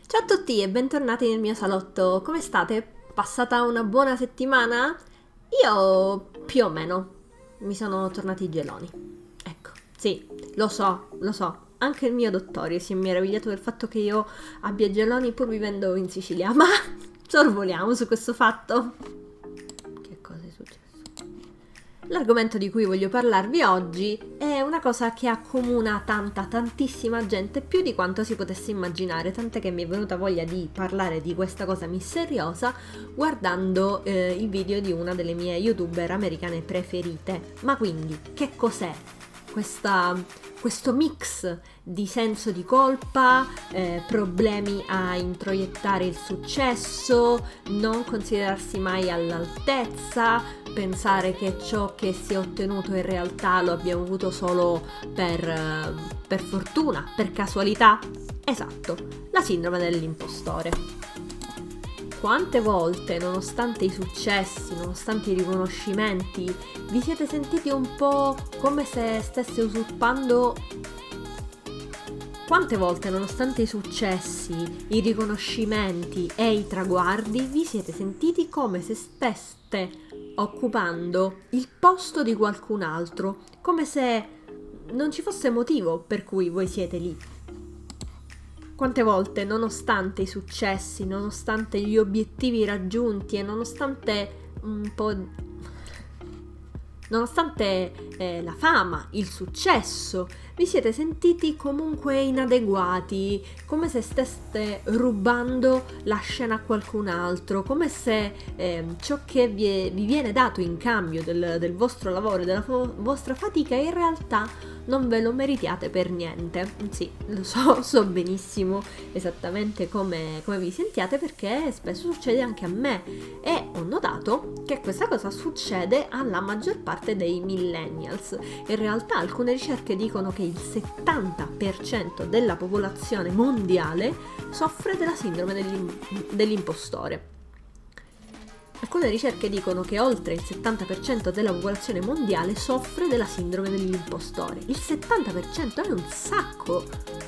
Ciao a tutti e bentornati nel mio salotto. Come state? Passata una buona settimana? Io più o meno. Mi sono tornati i geloni. Ecco, sì, lo so. Anche il mio dottore si è meravigliato del fatto che io abbia geloni pur vivendo in Sicilia. Ma sorvoliamo su questo fatto. Che cosa è successo? L'argomento di cui voglio parlarvi oggi è una cosa che accomuna tantissima gente, più di quanto si potesse immaginare, tant'è che mi è venuta voglia di parlare di questa cosa misteriosa guardando il video di una delle mie youtuber americane preferite. Ma quindi, che cos'è questo mix di senso di colpa, problemi a introiettare il successo, non considerarsi mai all'altezza, pensare che ciò che si è ottenuto in realtà lo abbiamo avuto solo per fortuna, per casualità? Esatto, la sindrome dell'impostore. Quante volte, nonostante i successi, nonostante i riconoscimenti, vi siete sentiti un po' come se stesse usurpando? Quante volte, nonostante i successi, i riconoscimenti e i traguardi, vi siete sentiti come se steste occupando il posto di qualcun altro, come se non ci fosse motivo per cui voi siete lì? Quante volte, nonostante i successi, nonostante gli obiettivi raggiunti e nonostante la fama, il successo, vi siete sentiti comunque inadeguati, come se steste rubando la scena a qualcun altro, come se ciò che vi viene dato in cambio del vostro lavoro, della vostra fatica, in realtà non ve lo meritiate per niente. Sì, lo so benissimo esattamente come vi sentiate, perché spesso succede anche a me e ho notato che questa cosa succede alla maggior parte dei millennials. In realtà alcune ricerche dicono che il 70% della popolazione mondiale soffre della sindrome dell'impostore. Alcune ricerche dicono che oltre il 70% della popolazione mondiale soffre della sindrome dell'impostore. Il 70% è un sacco!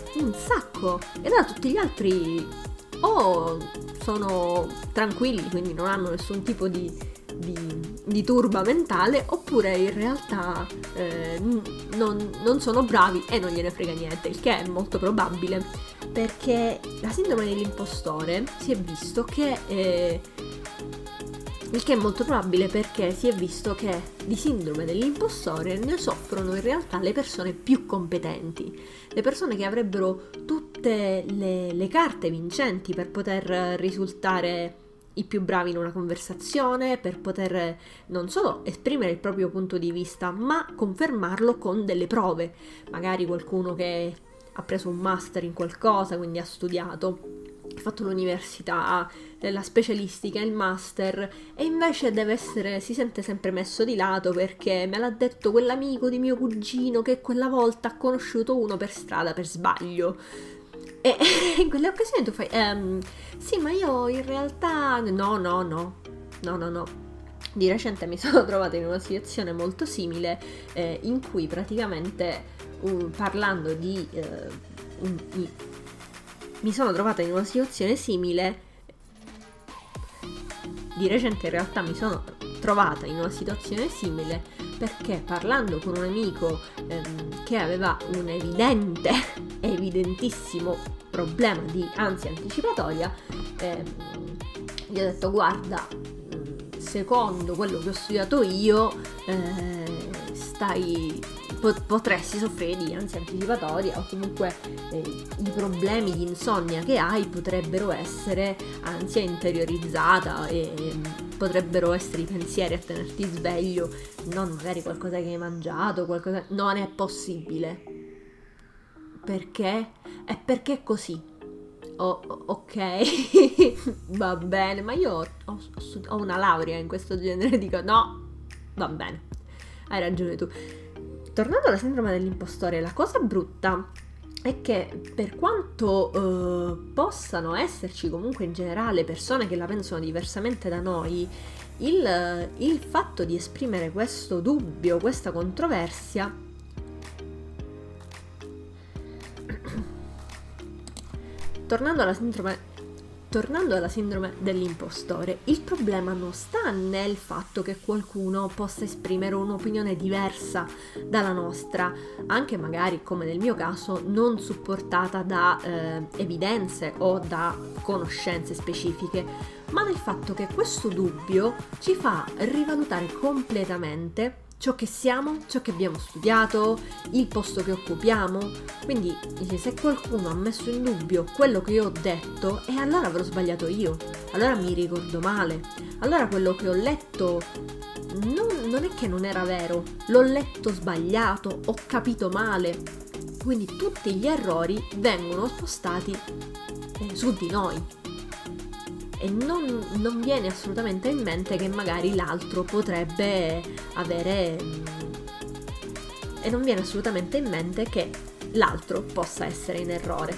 E allora tutti gli altri o sono tranquilli, quindi non hanno nessun tipo di turba mentale, oppure in realtà non sono bravi e non gliene frega niente, il che è molto probabile, perché la sindrome dell'impostore si è visto che il che è molto probabile perché si è visto che di sindrome dell'impostore ne soffrono in realtà le persone più competenti, le persone che avrebbero tutte le carte vincenti per poter risultare i più bravi in una conversazione, per poter non solo esprimere il proprio punto di vista, ma confermarlo con delle prove. Magari qualcuno che ha preso un master in qualcosa, quindi ha studiato, ha fatto l'università, la specialistica, il master, e invece si sente sempre messo di lato perché me l'ha detto quell'amico di mio cugino che quella volta ha conosciuto uno per strada per sbaglio. E in quelle occasioni tu fai sì, ma io in realtà no. Di recente mi sono trovata in una situazione molto simile, in cui praticamente parlando mi sono trovata in una situazione simile. Di recente in realtà mi sono trovata in una situazione simile perché parlando con un amico che aveva un evidentissimo problema di ansia anticipatoria, gli ho detto: guarda, secondo quello che ho studiato io potresti soffrire di ansia anticipatoria, o comunque i problemi di insonnia che hai potrebbero essere ansia interiorizzata e potrebbero essere i pensieri a tenerti sveglio, non magari qualcosa che hai mangiato, qualcosa. Non è possibile. Perché? È perché è così. Ok, va bene, ma io ho una laurea in questo genere, dico no, va bene, hai ragione tu. Tornando alla sindrome dell'impostore, la cosa brutta è che per quanto possano esserci comunque in generale persone che la pensano diversamente da noi, il fatto di esprimere questo dubbio, questa controversia, tornando alla sindrome tornando alla sindrome dell'impostore, il problema non sta nel fatto che qualcuno possa esprimere un'opinione diversa dalla nostra, anche magari, come nel mio caso, non supportata da evidenze o da conoscenze specifiche, ma nel fatto che questo dubbio ci fa rivalutare completamente ciò che siamo, ciò che abbiamo studiato, il posto che occupiamo. Quindi se qualcuno ha messo in dubbio quello che io ho detto, e allora avrò sbagliato io, allora mi ricordo male, allora quello che ho letto non è che non era vero, l'ho letto sbagliato, ho capito male. Quindi tutti gli errori vengono spostati su di noi. E non viene assolutamente in mente che magari l'altro potrebbe avere, e non viene assolutamente in mente che l'altro possa essere in errore.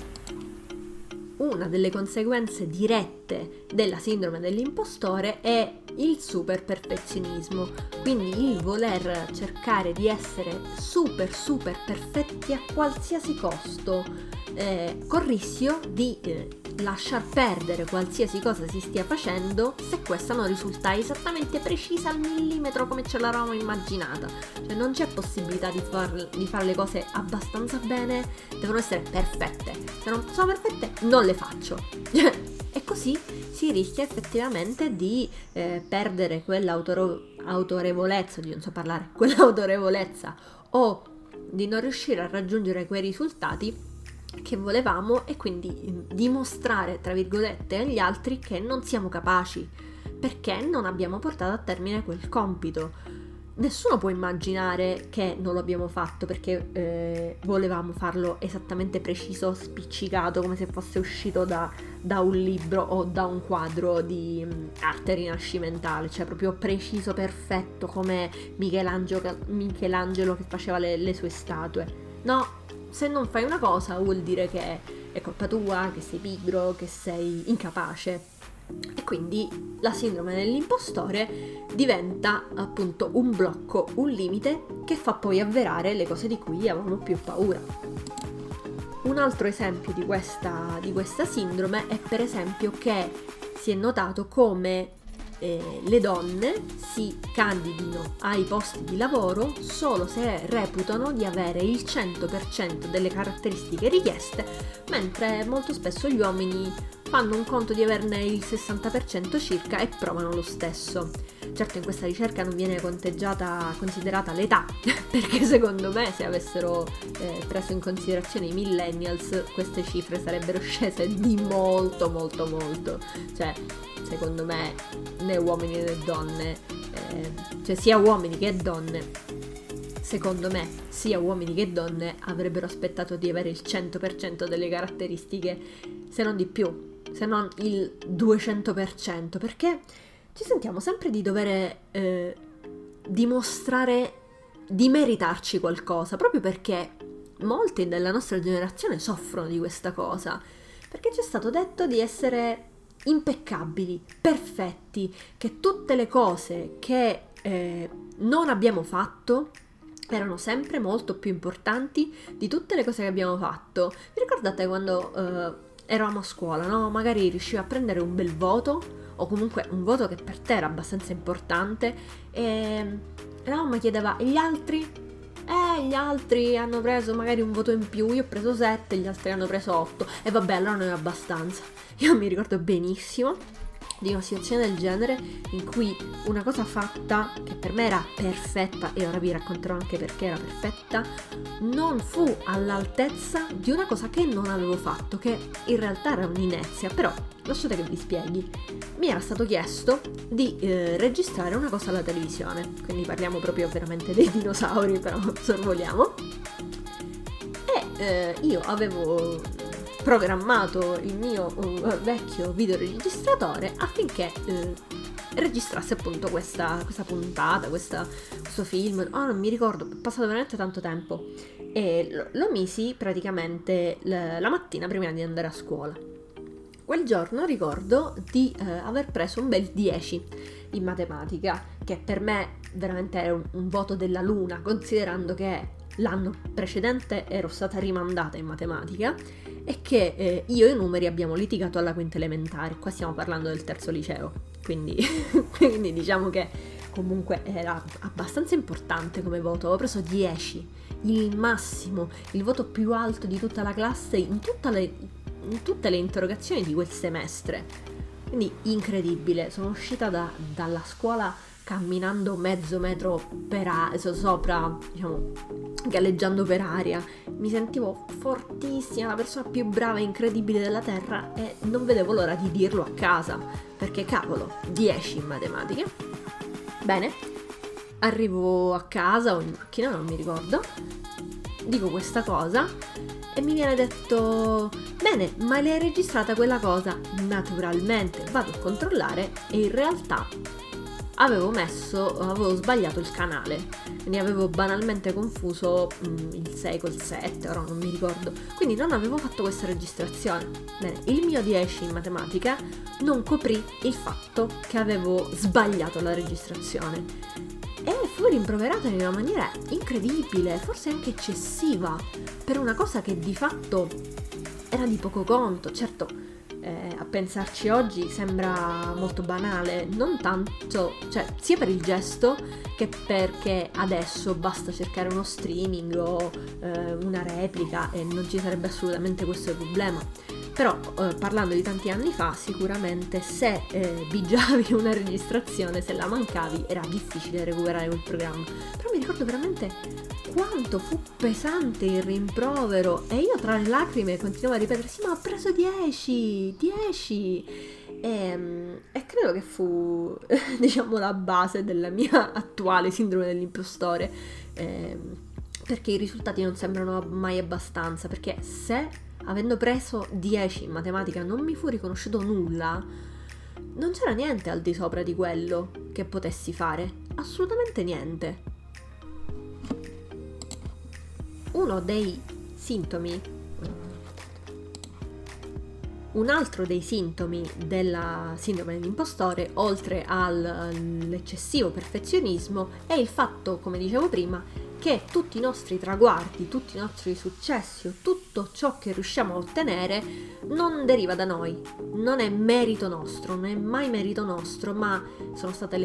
Una delle conseguenze dirette della sindrome dell'impostore è il super perfezionismo, quindi il voler cercare di essere super perfetti a qualsiasi costo, col rischio di lasciar perdere qualsiasi cosa si stia facendo se questa non risulta esattamente precisa al millimetro come ce l'eravamo immaginata. Cioè non c'è possibilità di fare le cose abbastanza bene, devono essere perfette. Se non sono perfette non le faccio. E così si rischia effettivamente di perdere quell'autorevolezza, di non so parlare, quell'autorevolezza, o di non riuscire a raggiungere quei risultati che volevamo, e quindi dimostrare, tra virgolette, agli altri che non siamo capaci perché non abbiamo portato a termine quel compito. Nessuno può immaginare che non lo abbiamo fatto perché volevamo farlo esattamente preciso, spiccicato, come se fosse uscito da un libro o da un quadro di arte rinascimentale, cioè proprio preciso, perfetto, come Michelangelo che faceva le sue statue. No, se non fai una cosa vuol dire che è colpa tua, che sei pigro, che sei incapace. E quindi la sindrome dell'impostore diventa appunto un blocco, un limite che fa poi avverare le cose di cui avevamo più paura. Un altro esempio di questa sindrome è per esempio che si è notato come le donne si candidino ai posti di lavoro solo se reputano di avere il 100% delle caratteristiche richieste, mentre molto spesso gli uomini fanno un conto di averne il 60% circa e provano lo stesso. Certo, in questa ricerca non viene considerata l'età, perché secondo me se avessero preso in considerazione i millennials queste cifre sarebbero scese di molto. Cioè, secondo me né uomini né donne, cioè sia uomini che donne, secondo me sia uomini che donne avrebbero aspettato di avere il 100% delle caratteristiche, se non di più, se non il 200%, perché ci sentiamo sempre di dover dimostrare di meritarci qualcosa, proprio perché molti della nostra generazione soffrono di questa cosa, perché ci è stato detto di essere impeccabili, perfetti, che tutte le cose che non abbiamo fatto erano sempre molto più importanti di tutte le cose che abbiamo fatto. Vi ricordate quando eravamo a scuola, no? Magari riuscivi a prendere un bel voto, o comunque un voto che per te era abbastanza importante, e la mamma chiedeva: e gli altri? Gli altri hanno preso magari un voto in più, io ho preso 7, gli altri hanno preso 8, e vabbè, allora non è abbastanza. Io mi ricordo benissimo di una situazione del genere in cui una cosa fatta, che per me era perfetta, e ora vi racconterò anche perché era perfetta, non fu all'altezza di una cosa che non avevo fatto, che in realtà era un'inezia, però lasciate che vi spieghi. Mi era stato chiesto di registrare una cosa alla televisione, quindi parliamo proprio veramente dei dinosauri, però sorvoliamo, e io avevo programmato il mio vecchio videoregistratore affinché registrasse appunto questa puntata, questo film. Non mi ricordo, è passato veramente tanto tempo, e lo misi praticamente la mattina prima di andare a scuola. Quel giorno ricordo di aver preso un bel 10 in matematica, che per me veramente era un voto della luna, considerando che l'anno precedente ero stata rimandata in matematica e che io e i numeri abbiamo litigato alla quinta elementare. Qua stiamo parlando del terzo liceo, quindi diciamo che comunque era abbastanza importante come voto. Avevo preso 10, il massimo, il voto più alto di tutta la classe in tutte le interrogazioni di quel semestre. Quindi incredibile. Sono uscita dalla scuola camminando mezzo metro sopra, diciamo, galleggiando per aria. Mi sentivo fortissima, la persona più brava e incredibile della terra, e non vedevo l'ora di dirlo a casa, perché cavolo, 10 in matematica. Bene, arrivo a casa o in macchina, non mi ricordo, dico questa cosa e mi viene detto: bene, ma l'hai registrata quella cosa? Naturalmente vado a controllare e in realtà avevo sbagliato il canale, quindi avevo banalmente confuso il 6 col 7, ora non mi ricordo, quindi non avevo fatto questa registrazione. Bene, il mio 10 in matematica non coprì il fatto che avevo sbagliato la registrazione e fui rimproverata in una maniera incredibile, forse anche eccessiva, per una cosa che di fatto era di poco conto. Certo, a pensarci oggi sembra molto banale, non tanto, cioè sia per il gesto che perché adesso basta cercare uno streaming o una replica e non ci sarebbe assolutamente questo problema. Però parlando di tanti anni fa, sicuramente se bigiavi una registrazione, se la mancavi, era difficile recuperare quel programma. Però mi ricordo veramente quanto fu pesante il rimprovero e io tra le lacrime continuavo a ripetere: sì, ma ho preso 10! E credo che fu diciamo la base della mia attuale sindrome dell'impostore, perché i risultati non sembrano mai abbastanza, perché se avendo preso 10 in matematica non mi fu riconosciuto nulla, non c'era niente al di sopra di quello che potessi fare, assolutamente niente. Un altro dei sintomi della sindrome dell'impostore, oltre all'eccessivo perfezionismo, è il fatto, come dicevo prima, che tutti i nostri traguardi, tutti i nostri successi, tutto ciò che riusciamo a ottenere non deriva da noi, non è merito nostro, non è mai merito nostro, ma sono state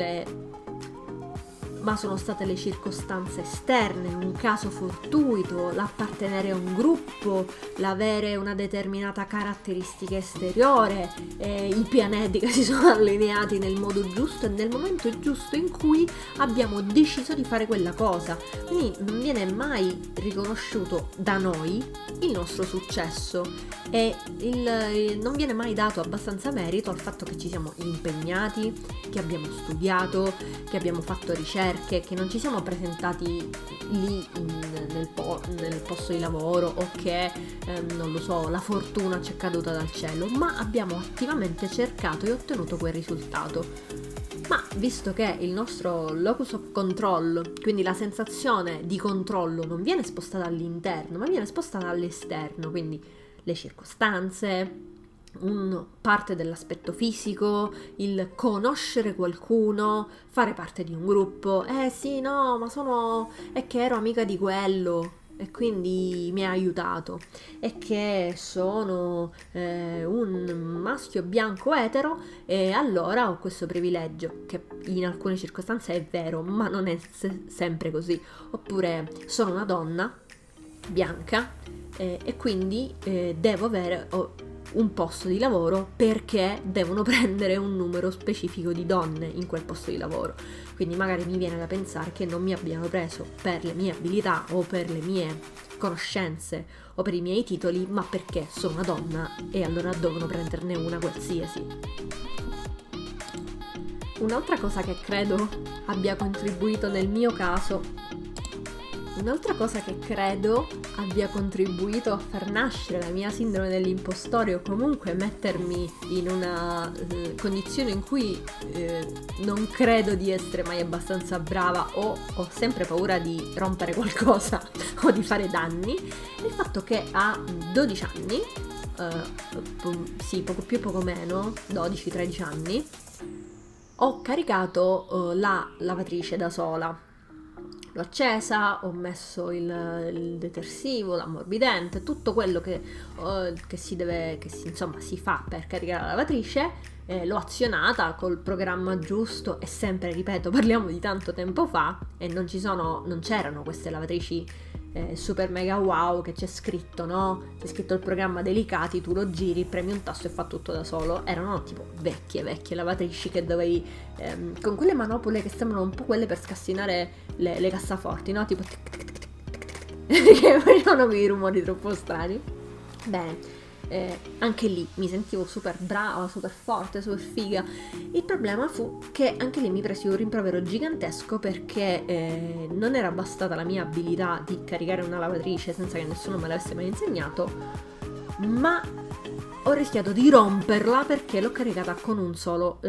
sono state le circostanze esterne, un caso fortuito, l'appartenere a un gruppo, l'avere una determinata caratteristica esteriore, i pianeti che si sono allineati nel modo giusto e nel momento giusto in cui abbiamo deciso di fare quella cosa. Quindi non viene mai riconosciuto da noi il nostro successo e non viene mai dato abbastanza merito al fatto che ci siamo impegnati, che abbiamo studiato, che abbiamo fatto ricerche, che non ci siamo presentati lì nel posto di lavoro o che, non lo so, la fortuna ci è caduta dal cielo, ma abbiamo attivamente cercato e ottenuto quel risultato. Ma visto che il nostro locus of control, quindi la sensazione di controllo, non viene spostata all'interno, ma viene spostata all'esterno, quindi le circostanze, parte dell'aspetto fisico, il conoscere qualcuno, fare parte di un gruppo, sì, no, ma è che ero amica di quello e quindi mi ha aiutato, e che sono un maschio bianco etero e allora ho questo privilegio, che in alcune circostanze è vero, ma non è sempre così. Oppure sono una donna bianca e quindi devo avere un posto di lavoro perché devono prendere un numero specifico di donne in quel posto di lavoro. Quindi magari mi viene da pensare che non mi abbiano preso per le mie abilità o per le mie conoscenze o per i miei titoli, ma perché sono una donna e allora devono prenderne una qualsiasi. Un'altra cosa che credo abbia contribuito nel mio caso, a far nascere la mia sindrome dell'impostore o comunque mettermi in una condizione in cui non credo di essere mai abbastanza brava o ho sempre paura di rompere qualcosa o di fare danni, è il fatto che a 12 anni, sì, poco più poco meno, 12-13 anni, ho caricato la lavatrice da sola. l'ho accesa, ho messo il detersivo, l'ammorbidente, tutto quello che si fa per caricare la lavatrice, l'ho azionata col programma giusto, e sempre, ripeto, parliamo di tanto tempo fa e non c'erano queste lavatrici super mega wow che c'è scritto, no? C'è scritto il programma delicati, tu lo giri, premi un tasto e fa tutto da solo. Erano tipo vecchie lavatrici che dovevi con quelle manopole che sembrano un po' quelle per scassinare le cassaforti, no? Tipo che facevano quei rumori troppo strani. Bene, anche lì mi sentivo super brava, super forte, super figa. Il problema fu che anche lì mi presi un rimprovero gigantesco, perché non era bastata la mia abilità di caricare una lavatrice senza che nessuno me l'avesse mai insegnato, ma ho rischiato di romperla perché l'ho caricata con un solo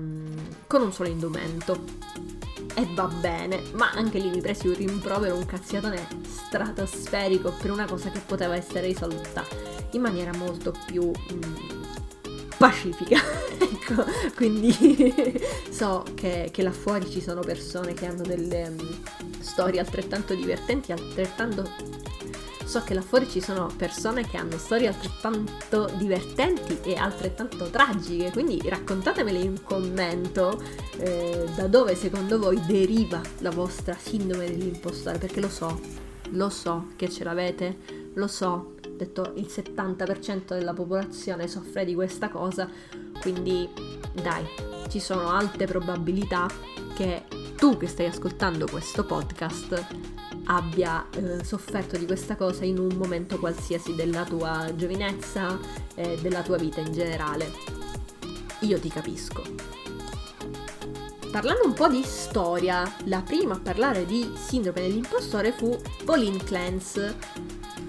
indumento. E va bene, ma anche lì mi presi un rimprovero, un cazziatone stratosferico per una cosa che poteva essere risolta in maniera molto più pacifica. Ecco, quindi so che là fuori ci sono persone che hanno delle storie altrettanto divertenti, so che là fuori ci sono persone che hanno storie altrettanto divertenti e altrettanto tragiche, quindi raccontatemele in commento da dove secondo voi deriva la vostra sindrome dell'impostore, perché lo so che ce l'avete, lo so, ho detto il 70% della popolazione soffre di questa cosa, quindi dai, ci sono alte probabilità che tu che stai ascoltando questo podcast abbia sofferto di questa cosa in un momento qualsiasi della tua giovinezza e della tua vita in generale. Io ti capisco. Parlando un po' di storia, la prima a parlare di sindrome dell'impostore fu Pauline Clance.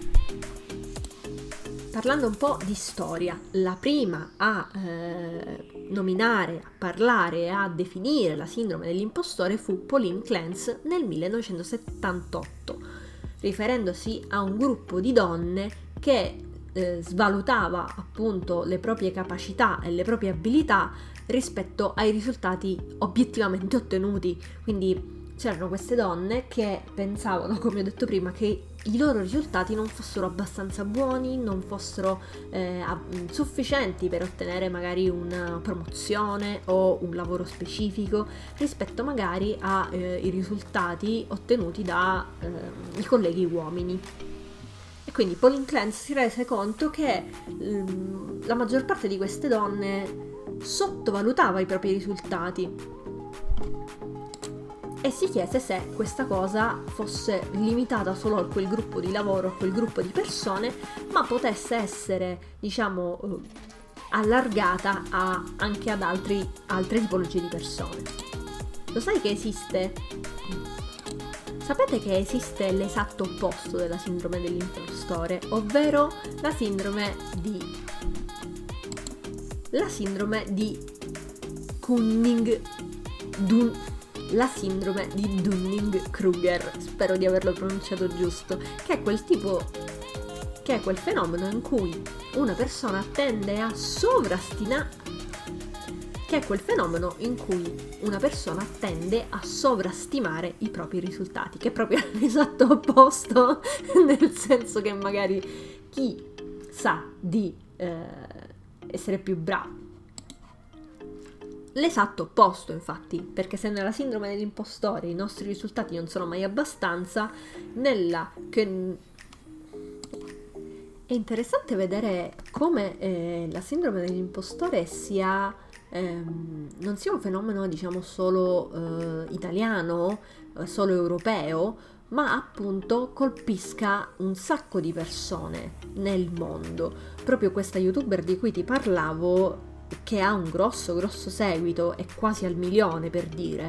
Parlando un po' di storia, la prima a nominare, a parlare e a definire la sindrome dell'impostore fu Pauline Clance nel 1978, riferendosi a un gruppo di donne che svalutava appunto le proprie capacità e le proprie abilità rispetto ai risultati obiettivamente ottenuti. Quindi c'erano queste donne che pensavano, come ho detto prima, che i loro risultati non fossero abbastanza buoni, non fossero sufficienti per ottenere magari una promozione o un lavoro specifico rispetto magari ai risultati ottenuti dai colleghi uomini. E quindi Pauline Clance si rese conto che la maggior parte di queste donne sottovalutava i propri risultati e si chiese se questa cosa fosse limitata solo a quel gruppo di lavoro, a quel gruppo di persone, ma potesse essere, diciamo, allargata anche ad altre tipologie di persone. Lo sai che esiste? Sapete che esiste l'esatto opposto della sindrome dell'impostore, ovvero la sindrome Dunning-Kruger, spero di averlo pronunciato giusto, che è quel fenomeno in cui una persona tende a sovrastimare i propri risultati, che è proprio l'esatto opposto, nel senso che magari chi sa di essere più bravo. L'esatto opposto, infatti, perché se nella sindrome dell'impostore i nostri risultati non sono mai abbastanza, è interessante vedere come la sindrome dell'impostore non sia un fenomeno, diciamo, solo italiano, solo europeo, ma appunto colpisca un sacco di persone nel mondo. Proprio questa youtuber di cui ti parlavo, che ha un grosso seguito, è quasi al 1 milione, per dire,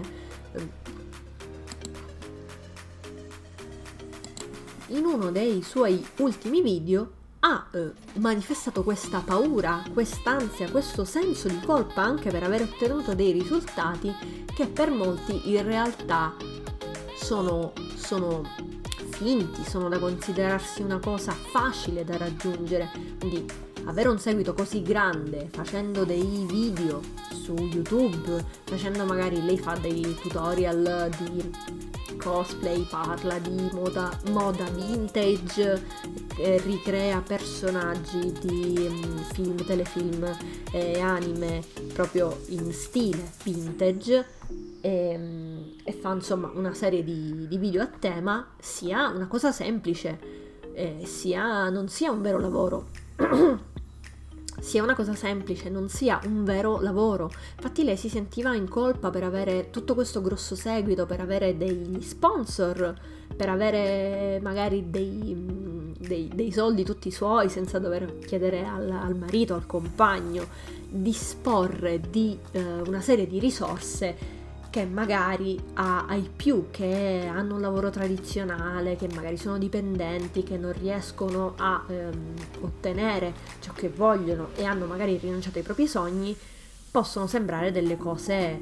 in uno dei suoi ultimi video ha manifestato questa paura, quest'ansia, questo senso di colpa anche per aver ottenuto dei risultati che per molti in realtà sono finti, sono da considerarsi una cosa facile da raggiungere. Quindi avere un seguito così grande, facendo dei video su YouTube, facendo magari, lei fa dei tutorial di cosplay, parla di moda vintage, ricrea personaggi di film, telefilm e anime proprio in stile vintage e fa insomma una serie di video a tema, sia una cosa semplice, non sia un vero lavoro. Sia una cosa semplice, non sia un vero lavoro. Infatti lei si sentiva in colpa per avere tutto questo grosso seguito, per avere degli sponsor, per avere magari dei soldi tutti suoi senza dover chiedere al marito, al compagno, disporre di una serie di risorse che magari ai più che hanno un lavoro tradizionale, che magari sono dipendenti, che non riescono a ottenere ciò che vogliono e hanno magari rinunciato ai propri sogni, possono sembrare delle cose,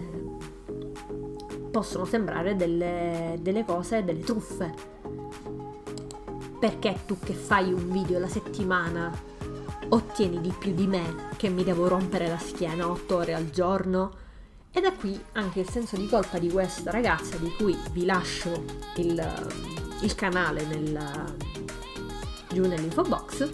delle cose, delle truffe. Perché tu che fai un video alla settimana ottieni di più di me, che mi devo rompere la schiena 8 ore al giorno? E da qui anche il senso di colpa di questa ragazza, di cui vi lascio il canale giù nell'info box,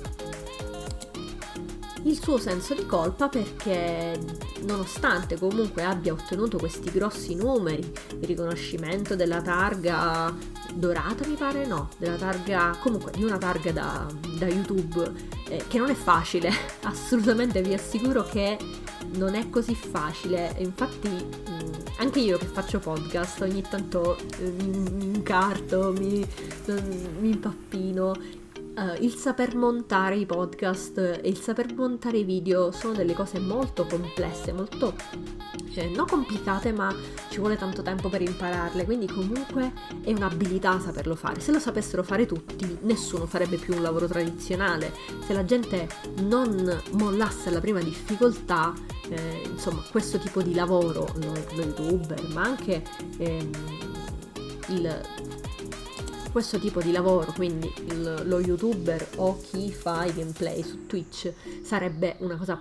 il suo senso di colpa perché nonostante comunque abbia ottenuto questi grossi numeri, il riconoscimento della targa dorata, mi pare, no, della targa, comunque di una targa da YouTube, che non è facile, assolutamente vi assicuro che non è così facile. Infatti anche io che faccio podcast ogni tanto mi incarto, mi impappino. Il saper montare i podcast e il saper montare i video sono delle cose molto complesse, molto non complicate, ma ci vuole tanto tempo per impararle, quindi comunque è un'abilità saperlo fare. Se lo sapessero fare tutti, nessuno farebbe più un lavoro tradizionale. Se la gente non mollasse alla prima difficoltà, insomma, questo tipo di lavoro, lo youtuber, ma anche questo tipo di lavoro, quindi lo youtuber o chi fa i gameplay su Twitch, sarebbe una cosa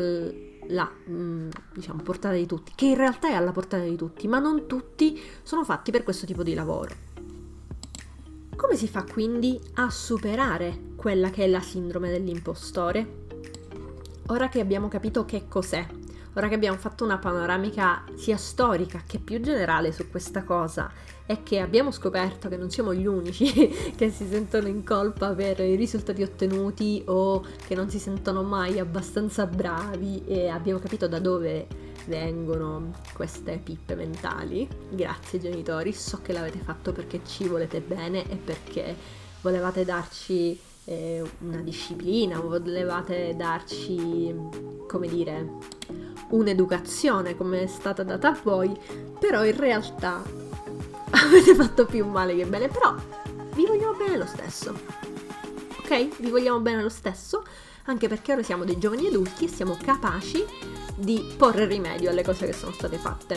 diciamo portata di tutti, che in realtà è alla portata di tutti, ma non tutti sono fatti per questo tipo di lavoro. Come si fa quindi a superare quella che è la sindrome dell'impostore? Ora che abbiamo capito che cos'è, ora che abbiamo fatto una panoramica sia storica che più generale su questa cosa e che abbiamo scoperto che non siamo gli unici che si sentono in colpa per i risultati ottenuti o che non si sentono mai abbastanza bravi, e abbiamo capito da dove vengono queste pippe mentali, grazie genitori, so che l'avete fatto perché ci volete bene e perché volevate darci una disciplina, volevate darci, come dire, un'educazione come è stata data a voi, però in realtà avete fatto più male che bene. Però vi vogliamo bene lo stesso, ok? Vi vogliamo bene lo stesso, anche perché ora siamo dei giovani adulti e siamo capaci di porre rimedio alle cose che sono state fatte.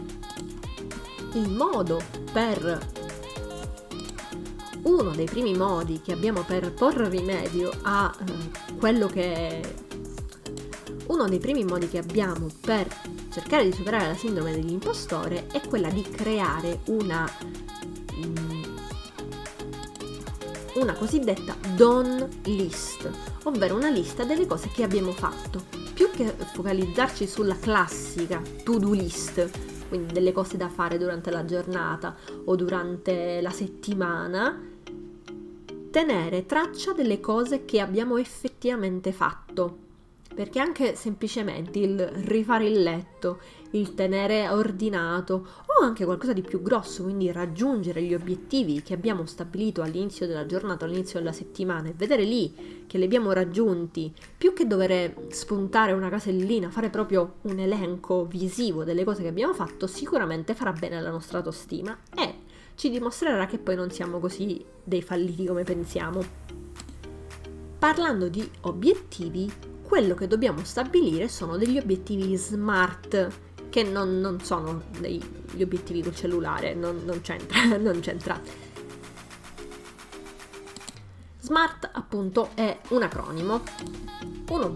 Uno dei primi modi che abbiamo per porre rimedio a quello che uno dei primi modi che abbiamo per cercare di superare la sindrome dell'impostore è quella di creare una cosiddetta done list, ovvero una lista delle cose che abbiamo fatto. Più che focalizzarci sulla classica to-do list, quindi delle cose da fare durante la giornata o durante la settimana, tenere traccia delle cose che abbiamo effettivamente fatto. Perché anche semplicemente il rifare il letto, il tenere ordinato o anche qualcosa di più grosso, quindi raggiungere gli obiettivi che abbiamo stabilito all'inizio della giornata, all'inizio della settimana, e vedere lì che li abbiamo raggiunti, più che dover spuntare una casellina, fare proprio un elenco visivo delle cose che abbiamo fatto, sicuramente farà bene alla nostra autostima e ci dimostrerà che poi non siamo così dei falliti come pensiamo. Parlando di obiettivi, quello che dobbiamo stabilire sono degli obiettivi SMART, che non sono gli obiettivi col cellulare, non c'entra. SMART appunto è un acronimo.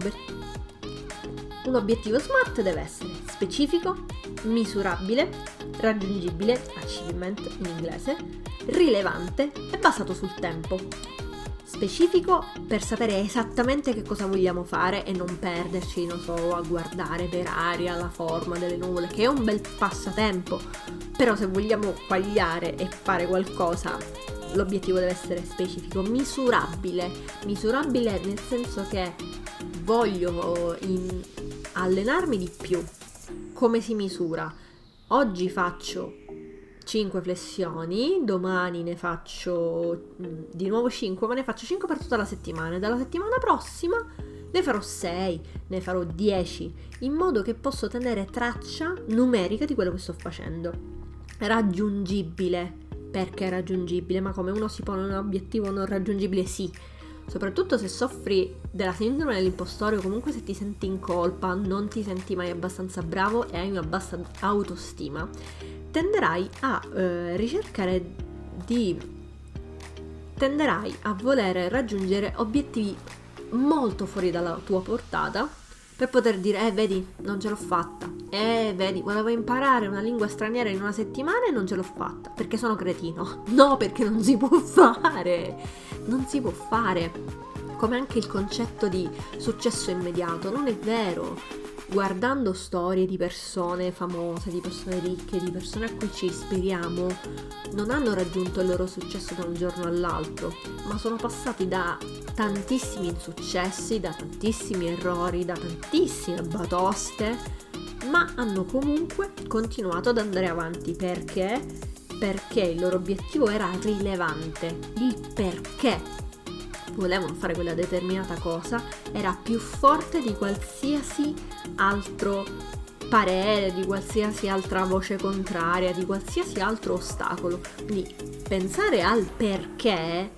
Un obiettivo SMART deve essere specifico, misurabile, raggiungibile, achievement in inglese, rilevante e basato sul tempo. Specifico per sapere esattamente che cosa vogliamo fare e non perderci, non so, a guardare per aria la forma delle nuvole, che è un bel passatempo, però se vogliamo quagliare e fare qualcosa, l'obiettivo deve essere specifico, misurabile nel senso che voglio allenarmi di più. Come si misura? Oggi faccio 5 flessioni, domani ne faccio di nuovo 5, ma ne faccio 5 per tutta la settimana. Dalla settimana prossima ne farò 6, ne farò 10, in modo che posso tenere traccia numerica di quello che sto facendo. Raggiungibile, perché è raggiungibile? Ma come uno si pone un obiettivo non raggiungibile? Sì, soprattutto se soffri della sindrome dell'impostore o comunque se ti senti in colpa, non ti senti mai abbastanza bravo e hai una bassa autostima, tenderai a tenderai a voler raggiungere obiettivi molto fuori dalla tua portata per poter dire vedi, non ce l'ho fatta, vedi, volevo imparare una lingua straniera in una settimana e non ce l'ho fatta perché sono cretino. No, perché non si può fare, come anche il concetto di successo immediato non è vero. Guardando storie di persone famose, di persone ricche, di persone a cui ci ispiriamo, non hanno raggiunto il loro successo da un giorno all'altro, ma sono passati da tantissimi insuccessi, da tantissimi errori, da tantissime batoste, ma hanno comunque continuato ad andare avanti. Perché? Perché il loro obiettivo era rilevante, il perché volevano fare quella determinata cosa era più forte di qualsiasi altro parere, di qualsiasi altra voce contraria, di qualsiasi altro ostacolo. Quindi pensare al perché,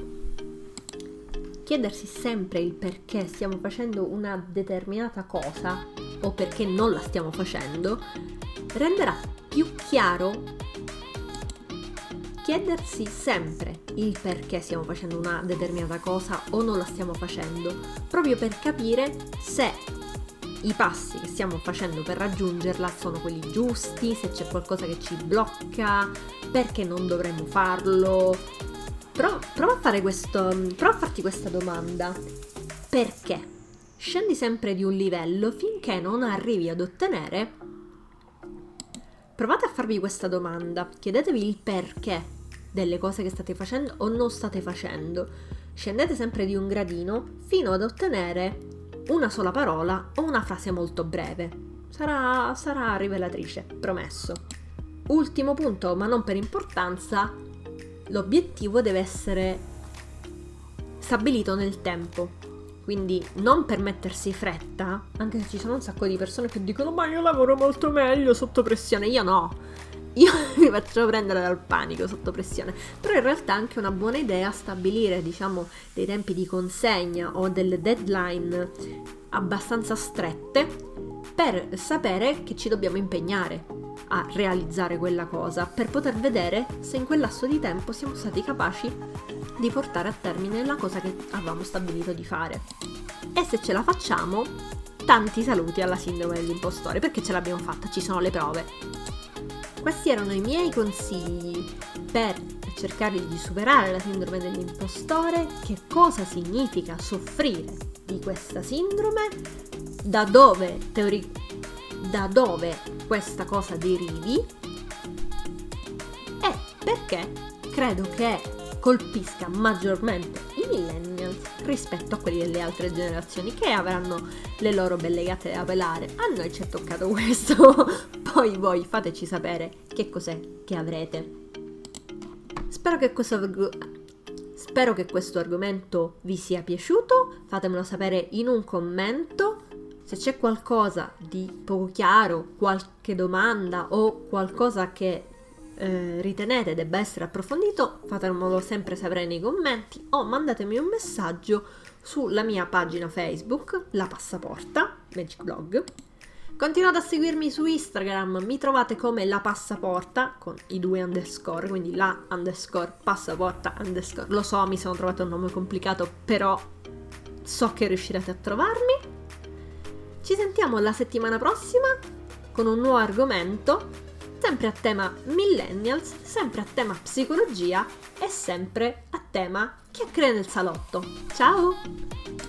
chiedersi sempre il perché stiamo facendo una determinata cosa o perché non la stiamo facendo, renderà più chiaro. Chiedersi sempre il perché stiamo facendo una determinata cosa o non la stiamo facendo, proprio per capire se i passi che stiamo facendo per raggiungerla sono quelli giusti, se c'è qualcosa che ci blocca, perché non dovremmo farlo. Prova a farti questa domanda. Perché? Scendi sempre di un livello finché non arrivi ad ottenere. Provate a farvi questa domanda, chiedetevi il perché delle cose che state facendo o non state facendo. Scendete sempre di un gradino fino ad ottenere una sola parola o una frase molto breve. Sarà rivelatrice, promesso. Ultimo punto, ma non per importanza, l'obiettivo deve essere stabilito nel tempo. Quindi non per mettersi fretta, anche se ci sono un sacco di persone che dicono ma io lavoro molto meglio sotto pressione. Io no. Io mi faccio prendere dal panico sotto pressione, però in realtà è anche una buona idea stabilire, diciamo, dei tempi di consegna o delle deadline abbastanza strette per sapere che ci dobbiamo impegnare a realizzare quella cosa, per poter vedere se in quel lasso di tempo siamo stati capaci di portare a termine la cosa che avevamo stabilito di fare. E se ce la facciamo, tanti saluti alla sindrome dell'impostore, perché ce l'abbiamo fatta, ci sono le prove. Questi erano i miei consigli per cercare di superare la sindrome dell'impostore, che cosa significa soffrire di questa sindrome, da dove questa cosa derivi e perché credo che colpisca maggiormente i millennials rispetto a quelli delle altre generazioni che avranno le loro belle gatte da pelare. A noi ci è toccato questo, poi voi fateci sapere che cos'è che avrete. Spero che questo argomento vi sia piaciuto, fatemelo sapere in un commento. Se c'è qualcosa di poco chiaro, qualche domanda o qualcosa che ritenete debba essere approfondito, fatemelo sempre sapere nei commenti o mandatemi un messaggio sulla mia pagina Facebook, La Passaporta, Magic Blog. Continuate a seguirmi su Instagram, mi trovate come La Passaporta con i 2 underscore, quindi la underscore passaporta underscore. Lo so, mi sono trovato un nome complicato, però so che riuscirete a trovarmi. Ci sentiamo la settimana prossima con un nuovo argomento, sempre a tema millennials, sempre a tema psicologia e sempre a tema chiacchiere nel salotto. Ciao!